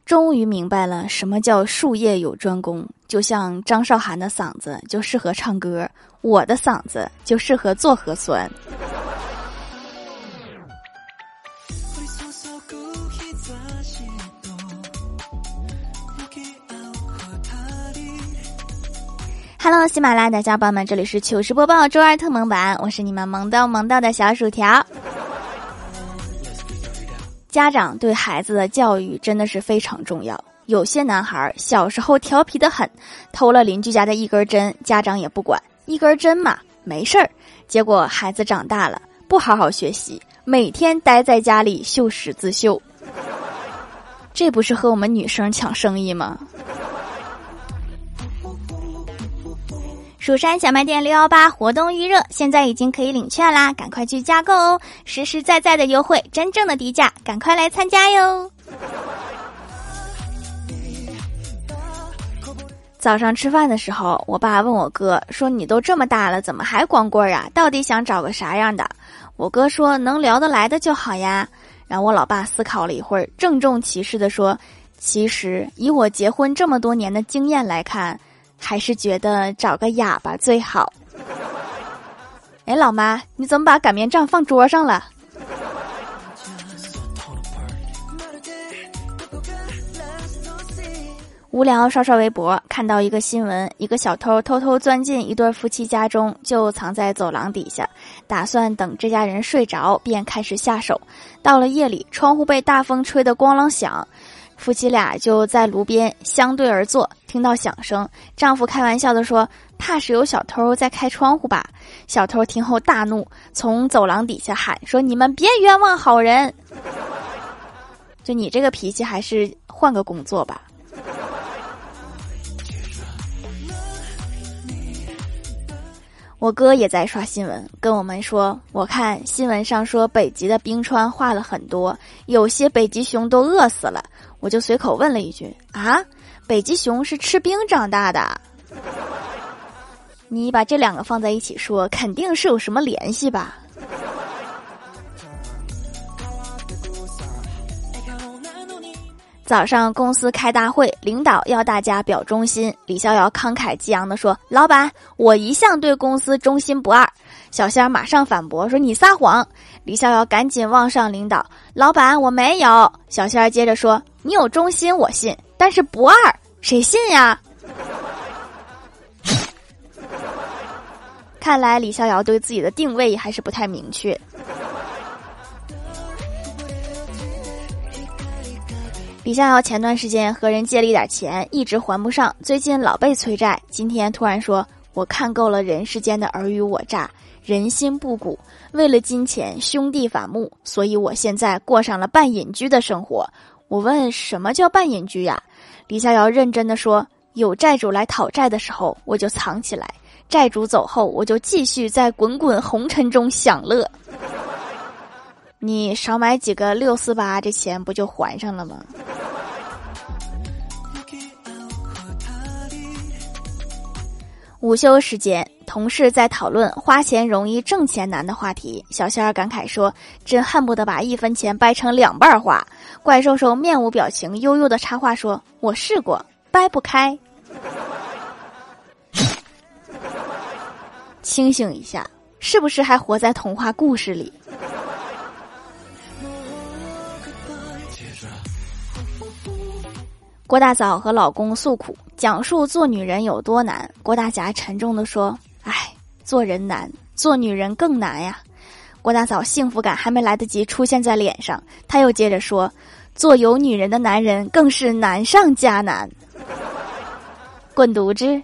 终于明白了什么叫术业有专攻，就像张韶涵的嗓子就适合唱歌，我的嗓子就适合做核酸。Hello， 喜马拉雅的小伙伴们，这里是糗事播报周二特萌版，我是你们萌到的小薯条。家长对孩子的教育真的是非常重要。有些男孩小时候调皮得很，偷了邻居家的一根针，家长也不管，一根针嘛，没事儿。结果孩子长大了，不好好学习，每天待在家里绣十字绣。这不是和我们女生抢生意吗？蜀山小卖店618活动预热，现在已经可以领券啦，赶快去加购哦！实实在在的优惠，真正的低价，赶快来参加哟！早上吃饭的时候，我爸问我哥说：“你都这么大了，怎么还光棍啊？到底想找个啥样的？”我哥说：“能聊得来的就好呀。”然后我老爸思考了一会儿，郑重其事地说：“其实以我结婚这么多年的经验来看，还是觉得找个哑巴最好。”哎，老妈，你怎么把擀面杖放桌上了？无聊刷刷微博，看到一个新闻，一个小偷偷偷钻进一对夫妻家中，就藏在走廊底下，打算等这家人睡着便开始下手。到了夜里，窗户被大风吹得咣啷响，夫妻俩就在炉边相对而坐，听到响声，丈夫开玩笑地说：“怕是有小偷在开窗户吧？”小偷听后大怒，从走廊底下喊说：“你们别冤枉好人！就你这个脾气，还是换个工作吧。”我哥也在刷新闻，跟我们说：“我看新闻上说北极的冰川化了很多，有些北极熊都饿死了。”我就随口问了一句：“啊，北极熊是吃冰长大的？”你把这两个放在一起说，肯定是有什么联系吧？早上公司开大会，领导要大家表忠心，李逍遥慷慨激昂地说：“老板，我一向对公司忠心不二。”小仙儿马上反驳说：“你撒谎！”李逍遥赶紧望上领导：“老板，我没有。”小仙儿接着说：“你有忠心我信，但是不二，谁信呀？”看来李逍遥对自己的定位还是不太明确。李逍遥前段时间和人借了一点钱，一直还不上，最近老被催债。今天突然说：“我看够了人世间的尔虞我诈，人心不古，为了金钱兄弟反目，所以我现在过上了半隐居的生活。”我问：“什么叫半隐居呀？”李逍遥认真地说：“有债主来讨债的时候，我就藏起来；债主走后，我就继续在滚滚红尘中享乐。”你少买几个648，这钱不就还上了吗？午休时间，同事在讨论花钱容易挣钱难的话题，小仙儿感慨说：“真恨不得把1分钱掰成2半花。”怪兽兽面无表情悠悠的插话说：“我试过，掰不开。”清醒一下，是不是还活在童话故事里？郭大嫂和老公诉苦，讲述做女人有多难。郭大侠沉重地说：“哎，做人难，做女人更难呀。”郭大嫂幸福感还没来得及出现在脸上，她又接着说：“做有女人的男人更是难上加难。”滚犊子！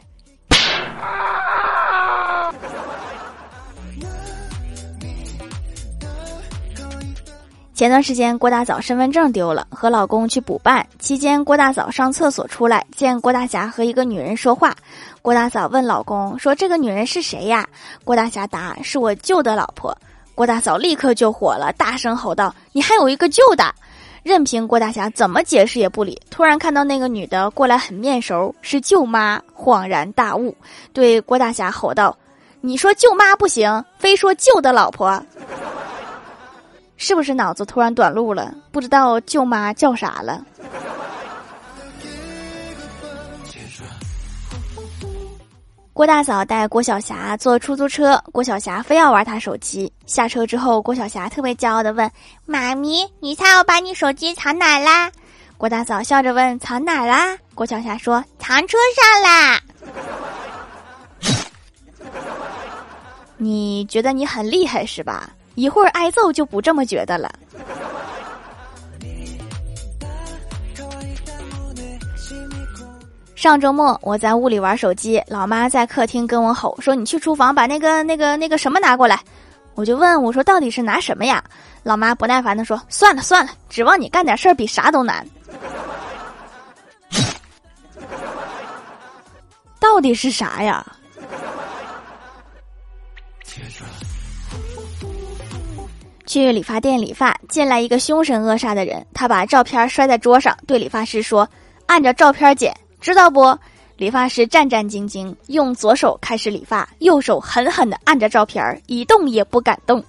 前段时间郭大嫂身份证丢了，和老公去补办，期间郭大嫂上厕所出来，见郭大侠和一个女人说话。郭大嫂问老公说：“这个女人是谁呀？”郭大侠答：“是我舅的老婆。”郭大嫂立刻就火了，大声吼道：“你还有一个舅的！”任凭郭大侠怎么解释也不理。突然看到那个女的过来很面熟，是舅妈，恍然大悟，对郭大侠吼道：“你说舅妈不行，非说舅的老婆。”是不是脑子突然短路了？不知道舅妈叫啥了。 郭大嫂带郭晓霞坐出租车，郭晓霞非要玩她手机。下车之后，郭晓霞特别骄傲地问：“妈咪，你猜我把你手机藏哪啦？”郭大嫂笑着问：“藏哪啦？”郭晓霞说：“藏车上啦。”你觉得你很厉害是吧？一会儿挨揍就不这么觉得了。上周末我在屋里玩手机，老妈在客厅跟我吼说：“你去厨房把那个什么拿过来。”我就问我说：“到底是拿什么呀？”老妈不耐烦地说：“算了算了，指望你干点事儿比啥都难。”到底是啥呀？去理发店理发，进来一个凶神恶煞的人，他把照片摔在桌上，对理发师说：“按照照片剪，知道不？”理发师战战兢兢，用左手开始理发，右手狠狠地按着照片，一动也不敢动。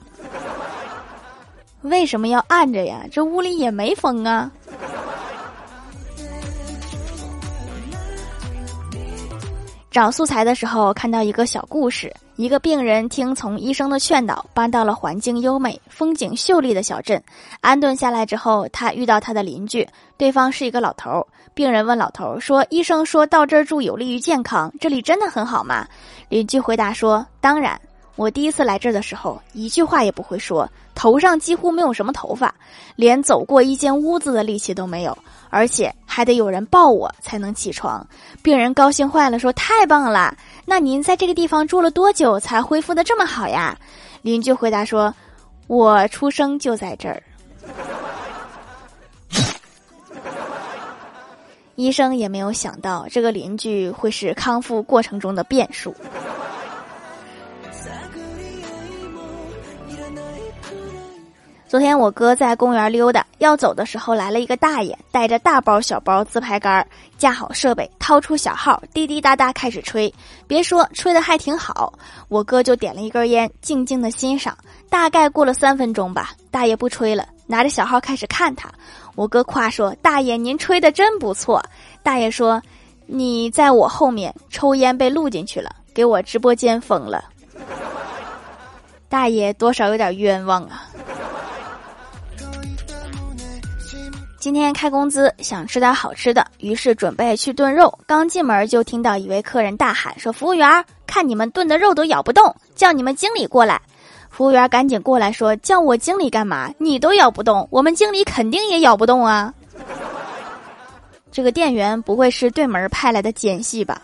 为什么要按着呀？这屋里也没风啊。找素材的时候看到一个小故事，一个病人听从医生的劝导，搬到了环境优美、风景秀丽的小镇。安顿下来之后，他遇到他的邻居，对方是一个老头。病人问老头说：“医生说到这儿住有利于健康，这里真的很好吗？”邻居回答说：“当然，我第一次来这儿的时候，一句话也不会说，头上几乎没有什么头发，连走过一间屋子的力气都没有，而且还得有人抱我才能起床。”病人高兴坏了，说：“太棒了！那您在这个地方住了多久才恢复得这么好呀？”邻居回答说：“我出生就在这儿。”医生也没有想到这个邻居会是康复过程中的变数。昨天我哥在公园溜达，要走的时候来了一个大爷，带着大包小包自拍杆，架好设备，掏出小号，滴滴答答开始吹。别说，吹得还挺好。我哥就点了一根烟，静静的欣赏。大概过了3分钟吧，大爷不吹了，拿着小号开始看他。我哥夸说：“大爷您吹得真不错。”大爷说：“你在我后面抽烟被录进去了，给我直播间封了。”大爷多少有点冤枉啊。今天开工资，想吃点好吃的，于是准备去炖肉。刚进门就听到一位客人大喊说：“服务员，看你们炖的肉都咬不动，叫你们经理过来。”服务员赶紧过来说：“叫我经理干嘛？你都咬不动，我们经理肯定也咬不动啊。”这个店员不会是对门派来的奸细吧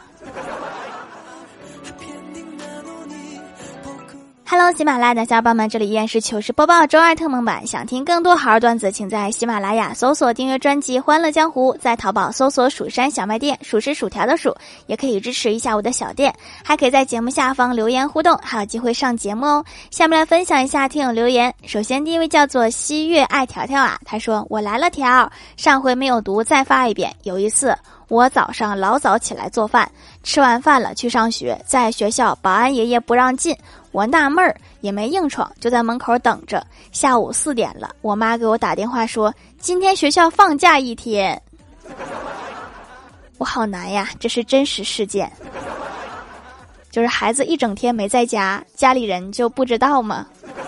？Hello， 喜马拉雅的小伙伴们，这里依然是糗事播报周二特蒙版。想听更多好玩段子，请在喜马拉雅搜索订阅专辑《欢乐江湖》，在淘宝搜索蜀山小卖店，蜀是薯条的蜀，也可以支持一下我的小店，还可以在节目下方留言互动，还有机会上节目哦。下面来分享一下听友留言。首先第一位叫做西月爱条条啊，他说：“我来了条，上回没有读，再发一遍。有一次我早上老早起来做饭，吃完饭了去上学，在学校保安爷爷不让进，我纳闷儿也没硬闯，就在门口等着。下午4点了，我妈给我打电话说今天学校放假1天。我好难呀，这是真实事件。就是孩子一整天没在家，家里人就不知道吗？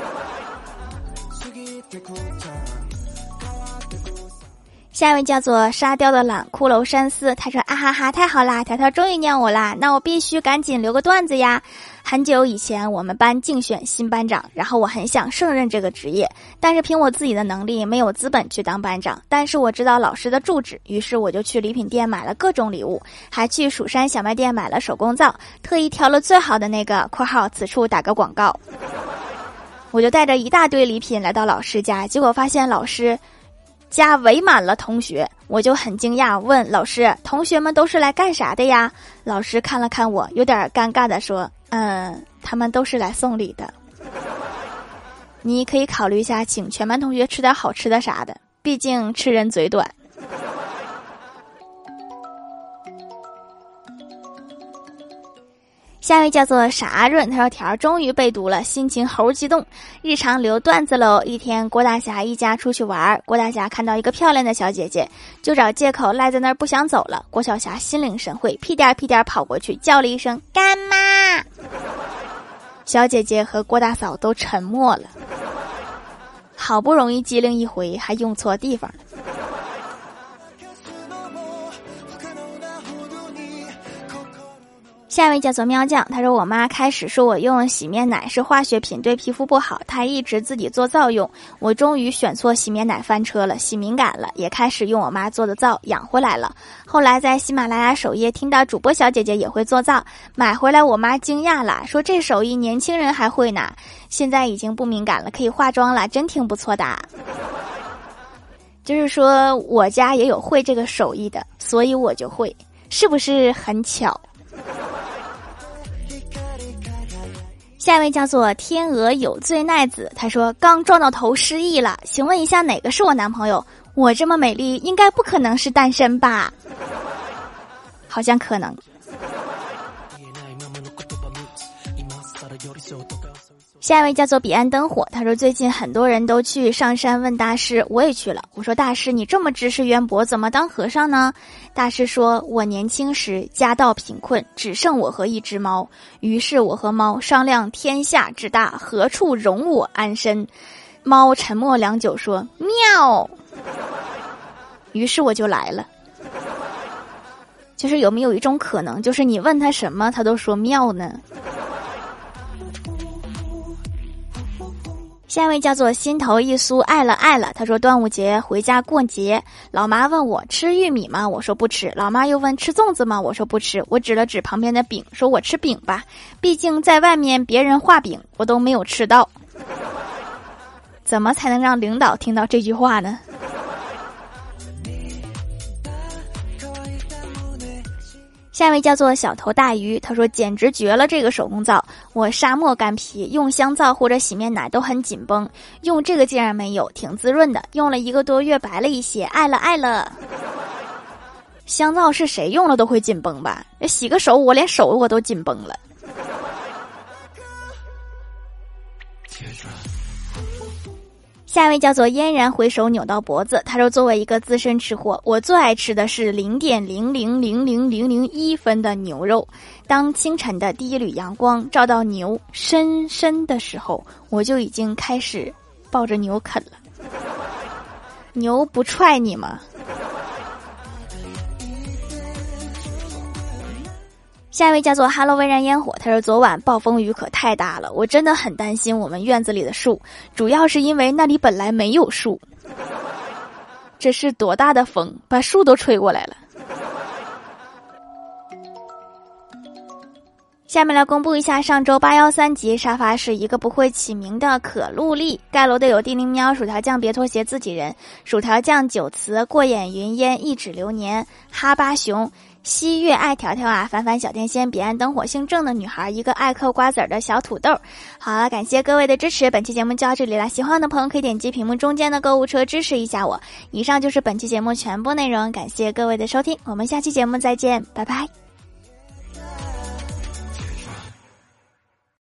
下一位叫做沙雕的懒骷髅山思，他说：“啊哈哈，太好啦，条条终于念我啦，那我必须赶紧留个段子呀。很久以前我们班竞选新班长，然后我很想胜任这个职业，但是凭我自己的能力没有资本去当班长，但是我知道老师的住址，于是我就去礼品店买了各种礼物，还去蜀山小卖店买了手工皂，特意挑了最好的那个（括号此处打个广告）。我就带着一大堆礼品来到老师家，结果发现老师家围满了同学，我就很惊讶，问老师：“同学们都是来干啥的呀？”老师看了看我，有点尴尬地说：“他们都是来送礼的。你可以考虑一下，请全班同学吃点好吃的啥的，毕竟吃人嘴短。” 下一位叫做傻润，他说条终于被读了，心情猴激动。日常留段子喽。一天郭大侠一家出去玩，郭大侠看到一个漂亮的小姐姐，就找借口赖在那儿不想走了。郭小侠心领神会，屁颠屁颠跑过去叫了一声干妈。小姐姐和郭大嫂都沉默了，好不容易机灵一回，还用错地方了。下一位叫做喵酱，他说我妈开始说我用洗面奶是化学品，对皮肤不好，她一直自己做皂用。我终于选错洗面奶翻车了，洗敏感了，也开始用我妈做的皂养回来了。后来在喜马拉雅首页听到主播小姐姐也会做皂，买回来我妈惊讶了，说这手艺年轻人还会呢。现在已经不敏感了，可以化妆了，真挺不错的。就是说我家也有会这个手艺的，所以我就会，是不是很巧？下一位叫做天鹅有罪奈子，他说刚撞到头失忆了，请问一下哪个是我男朋友？我这么美丽应该不可能是单身吧？好像可能。下一位叫做彼岸灯火，他说最近很多人都去上山问大师，我也去了。我说大师你这么知识渊博，怎么当和尚呢？大师说我年轻时家道贫困，只剩我和一只猫，于是我和猫商量天下之大，何处容我安身。猫沉默良久说喵，于是我就来了。就是有没有一种可能，就是你问他什么他都说妙呢？下一位叫做心头一酥爱了爱了，他说端午节回家过节，老妈问我吃玉米吗？我说不吃。老妈又问吃粽子吗？我说不吃。我指了指旁边的饼，说我吃饼吧，毕竟在外面别人画饼我都没有吃到。怎么才能让领导听到这句话呢？下一位叫做小头大鱼，他说简直绝了这个手工皂，我沙漠干皮，用香皂或者洗面奶都很紧绷，用这个竟然没有，挺滋润的，用了1个多月白了一些，爱了爱了。香皂是谁用了都会紧绷吧？洗个手我连手我都紧绷了。下一位叫做嫣然回首扭到脖子，他说作为一个资深吃货，我最爱吃的是0.0000001分的牛肉。当清晨的第一缕阳光照到牛深深的时候，我就已经开始抱着牛啃了。牛不踹你吗？下一位叫做哈喽微燃烟火，他说昨晚暴风雨可太大了，我真的很担心我们院子里的树，主要是因为那里本来没有树。这是多大的风，把树都吹过来了。下面来公布一下上周813集沙发是一个不会起名的可露丽，盖楼的有地灵喵、薯条酱别拖鞋自己人、薯条酱九词过眼云烟一指流年、哈巴熊西月爱条条啊，凡凡小天仙彼岸灯火姓郑的女孩，一个爱嗑瓜子儿的小土豆。好了，感谢各位的支持，本期节目就到这里了，喜欢的朋友可以点击屏幕中间的购物车支持一下我。以上就是本期节目全部内容，感谢各位的收听，我们下期节目再见，拜拜。